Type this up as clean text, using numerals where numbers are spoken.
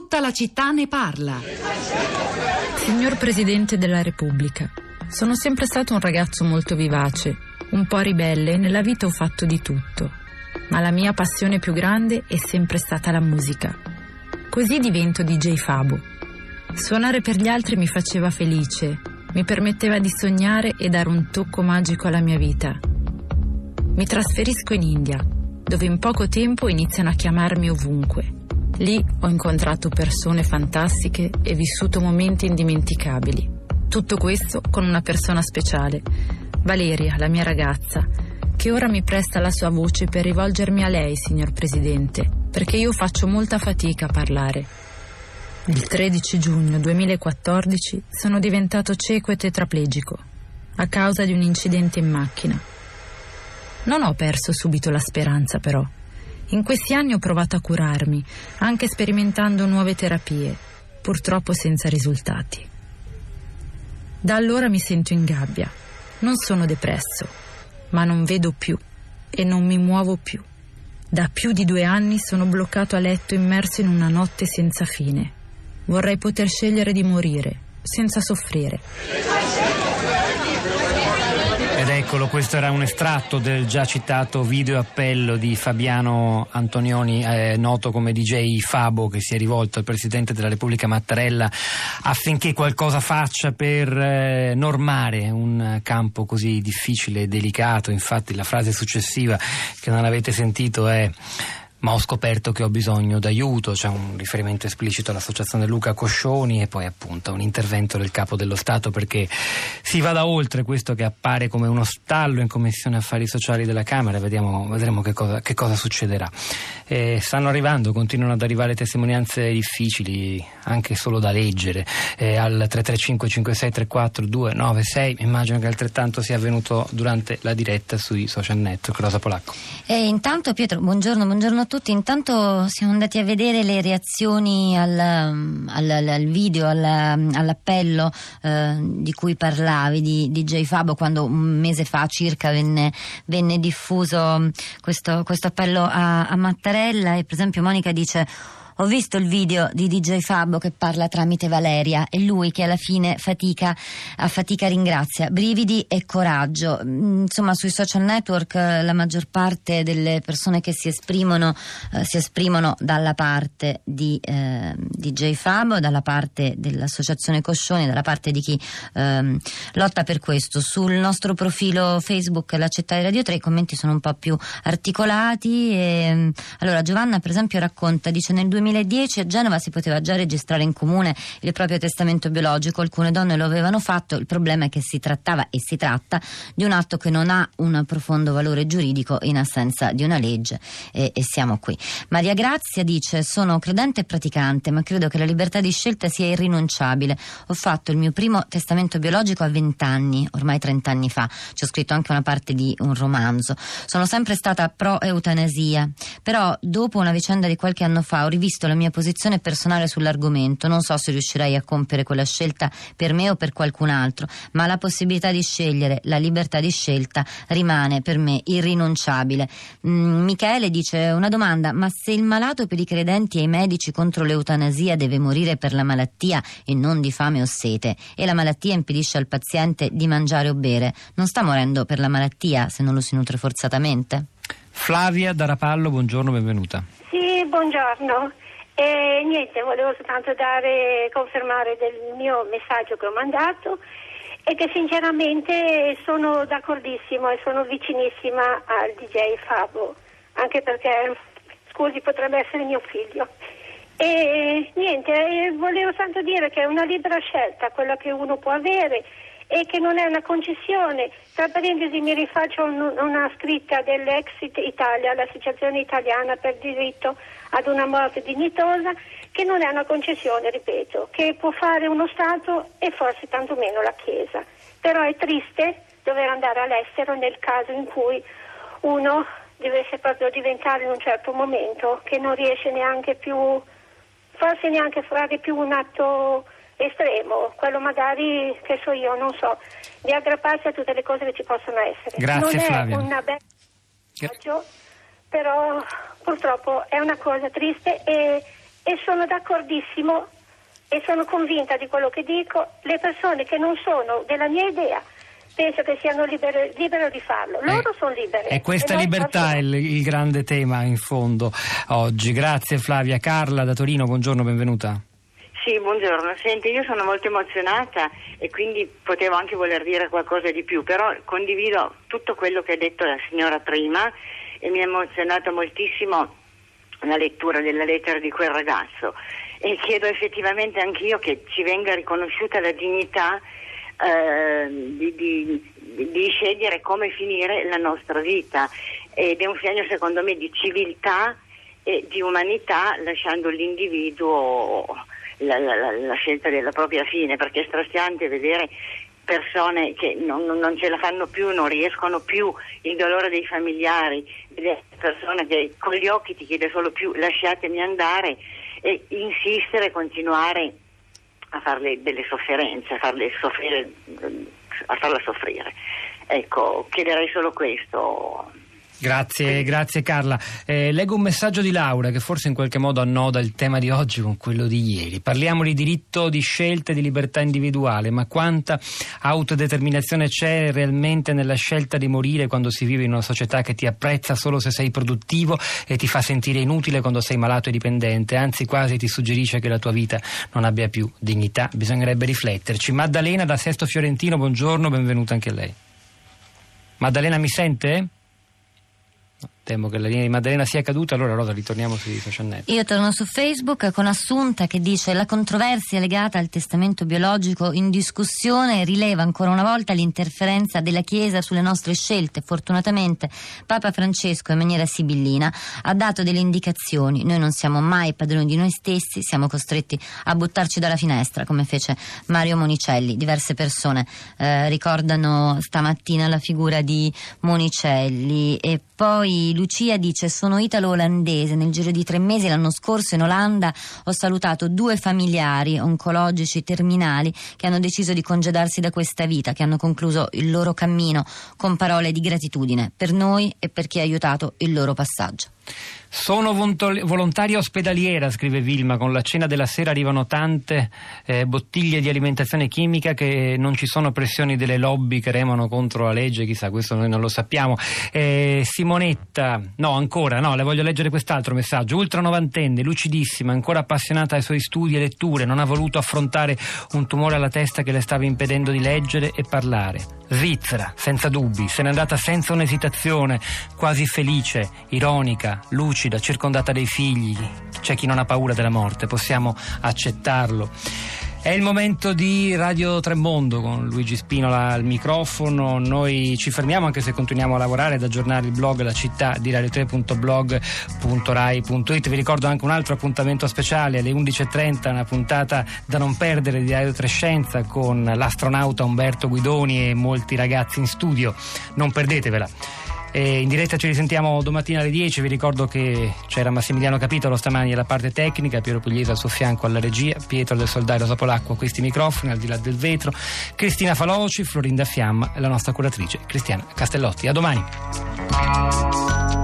Tutta la città ne parla. Signor Presidente della Repubblica, sono sempre stato un ragazzo molto vivace, un po' ribelle e nella vita ho fatto di tutto. Ma la mia passione più grande è sempre stata la musica. Così divento DJ Fabo. Suonare per gli altri mi faceva felice, mi permetteva di sognare e dare un tocco magico alla mia vita. Mi trasferisco in India, dove in poco tempo iniziano a chiamarmi ovunque. Lì ho incontrato persone fantastiche e vissuto momenti indimenticabili. Tutto questo con una persona speciale, Valeria, la mia ragazza, che ora mi presta la sua voce per rivolgermi a lei, signor Presidente, perché io faccio molta fatica a parlare. Il 13 giugno 2014 sono diventato cieco e tetraplegico a causa di un incidente in macchina. Non ho perso subito la speranza, però. In questi anni ho provato a curarmi, anche sperimentando nuove terapie, purtroppo senza risultati. Da allora mi sento in gabbia. Non sono depresso, ma non vedo più e non mi muovo più. Da più di 2 anni sono bloccato a letto, immerso in una notte senza fine. Vorrei poter scegliere di morire, senza soffrire. Ed eccolo, questo era un estratto del già citato video appello di Fabiano Antonioni, noto come DJ Fabo, che si è rivolto al Presidente della Repubblica Mattarella affinché qualcosa faccia per normare un campo così difficile e delicato. Infatti la frase successiva, che non avete sentito, è: ma ho scoperto che ho bisogno d'aiuto. C'è un riferimento esplicito all'associazione Luca Coscioni e poi appunto un intervento del Capo dello Stato perché si vada oltre questo che appare come uno stallo in Commissione Affari Sociali della Camera. Vedremo che cosa succederà. Stanno arrivando, continuano ad arrivare testimonianze difficili, anche solo da leggere, al 335 5634 296. Immagino che altrettanto sia avvenuto durante la diretta sui social network. Rosa Polacco. E intanto, Pietro, buongiorno a tutti. Intanto siamo andati a vedere le reazioni al video, all'appello di cui parlavi di DJ Fabo, quando un mese fa circa venne diffuso questo appello a Mattarella. E per esempio Monica dice: ho visto il video di DJ Fabo che parla tramite Valeria e lui che alla fine a fatica ringrazia, brividi e coraggio. Insomma, sui social network la maggior parte delle persone che si esprimono dalla parte di DJ Fabo, dalla parte dell'associazione Coscioni, dalla parte di chi lotta per questo. Sul nostro profilo Facebook La Città di Radio 3 i commenti sono un po' più articolati. Allora Giovanna per esempio racconta, dice: nel 2010 a Genova si poteva già registrare in comune il proprio testamento biologico, alcune donne lo avevano fatto, il problema è che si trattava e si tratta di un atto che non ha un profondo valore giuridico in assenza di una legge e siamo qui. Maria Grazia dice: sono credente e praticante, ma credo che la libertà di scelta sia irrinunciabile. Ho fatto il mio primo testamento biologico a 20 anni, ormai 30 anni fa, ci ho scritto anche una parte di un romanzo. Sono sempre stata pro eutanasia, però dopo una vicenda di qualche anno fa ho rivisto la mia posizione personale sull'argomento. Non so se riuscirei a compiere quella scelta per me o per qualcun altro, ma la possibilità di scegliere, la libertà di scelta rimane per me irrinunciabile. Michele dice: una domanda, ma se il malato per i credenti e i medici contro l'eutanasia deve morire per la malattia e non di fame o sete, e la malattia impedisce al paziente di mangiare o bere, non sta morendo per la malattia se non lo si nutre forzatamente? Flavia da Rapallo, buongiorno, benvenuta. Sì, buongiorno. Niente, volevo soltanto confermare del mio messaggio che ho mandato e che sinceramente sono d'accordissimo e sono vicinissima al DJ Fabo, anche perché, scusi, potrebbe essere mio figlio. E niente, volevo soltanto dire che è una libera scelta quella che uno può avere e che non è una concessione. Tra parentesi mi rifaccio una scritta dell'Exit Italia, l'associazione italiana per diritto ad una morte dignitosa, che non è una concessione, ripeto, che può fare uno Stato e forse tantomeno la Chiesa. Però è triste dover andare all'estero nel caso in cui uno dovesse proprio diventare in un certo momento che non riesce neanche più, forse neanche fare più un atto estremo, quello magari, che so io, non so, di aggrapparsi a tutte le cose che ci possono essere. Grazie, non Flavia. È una bella, però purtroppo è una cosa triste e e sono d'accordissimo e sono convinta di quello che dico. Le persone che non sono della mia idea penso che siano libere di farlo. Loro sono libere. E questa libertà è il grande tema in fondo oggi. Grazie Flavia. Carla da Torino, buongiorno, benvenuta. Sì, buongiorno. Senti, io sono molto emozionata e quindi potevo anche voler dire qualcosa di più, però condivido tutto quello che ha detto la signora prima e mi ha emozionato moltissimo la lettura della lettera di quel ragazzo e chiedo effettivamente anch'io che ci venga riconosciuta la dignità di scegliere come finire la nostra vita, ed è un segno secondo me di civiltà e di umanità, lasciando all'individuo la scelta della propria fine, perché è straziante vedere persone che non ce la fanno più, non riescono più, il dolore dei familiari, delle persone che con gli occhi ti chiede solo più lasciatemi andare, e insistere, continuare a farle delle sofferenze, a farla soffrire. Ecco, chiederei solo questo. Grazie Carla. Leggo un messaggio di Laura che forse in qualche modo annoda il tema di oggi con quello di ieri. Parliamo di diritto di scelta e di libertà individuale, ma quanta autodeterminazione c'è realmente nella scelta di morire quando si vive in una società che ti apprezza solo se sei produttivo e ti fa sentire inutile quando sei malato e dipendente, anzi quasi ti suggerisce che la tua vita non abbia più dignità. Bisognerebbe rifletterci. Maddalena da Sesto Fiorentino, buongiorno, benvenuta anche lei. Maddalena, mi sente? Temo che la linea di Maddalena sia caduta, allora Rosa ritorniamo sui social network. Io torno su Facebook con Assunta che dice: la controversia legata al testamento biologico in discussione rileva ancora una volta l'interferenza della Chiesa sulle nostre scelte. Fortunatamente Papa Francesco in maniera sibillina ha dato delle indicazioni. Noi non siamo mai padroni di noi stessi, siamo costretti a buttarci dalla finestra, come fece Mario Monicelli. Diverse persone ricordano stamattina la figura di Monicelli. E poi Lucia dice: sono italo-olandese, nel giro di 3 mesi l'anno scorso in Olanda ho salutato 2 familiari oncologici terminali che hanno deciso di congedarsi da questa vita, che hanno concluso il loro cammino con parole di gratitudine per noi e per chi ha aiutato il loro passaggio. Sono volontaria ospedaliera, scrive Vilma, con la cena della sera arrivano tante bottiglie di alimentazione chimica che non ci sono pressioni delle lobby che remano contro la legge, chissà, questo noi non lo sappiamo. Simonetta, le voglio leggere quest'altro messaggio. Ultra novantenne, lucidissima, ancora appassionata ai suoi studi e letture, non ha voluto affrontare un tumore alla testa che le stava impedendo di leggere e parlare. Svizzera, senza dubbi, se n'è andata senza un'esitazione, quasi felice, ironica, lucida, circondata dai figli. C'è chi non ha paura della morte, possiamo accettarlo. È il momento di Radio Tremondo con Luigi Spinola al microfono. Noi ci fermiamo, anche se continuiamo a lavorare, ad aggiornare il blog La Città di radio3.blog.rai.it. Vi ricordo anche un altro appuntamento speciale alle 11.30, una puntata da non perdere di Radio 3 Scienza con l'astronauta Umberto Guidoni e molti ragazzi in studio. Non perdetevela. In diretta ci risentiamo domattina alle 10. Vi ricordo che c'era Massimiliano Capitolo stamani alla parte tecnica, Piero Pugliese al suo fianco alla regia, Pietro del Soldai, Rosa Polacco a questi microfoni, al di là del vetro, Cristina Faloci, Florinda Fiamma e la nostra curatrice Cristiana Castellotti. A domani.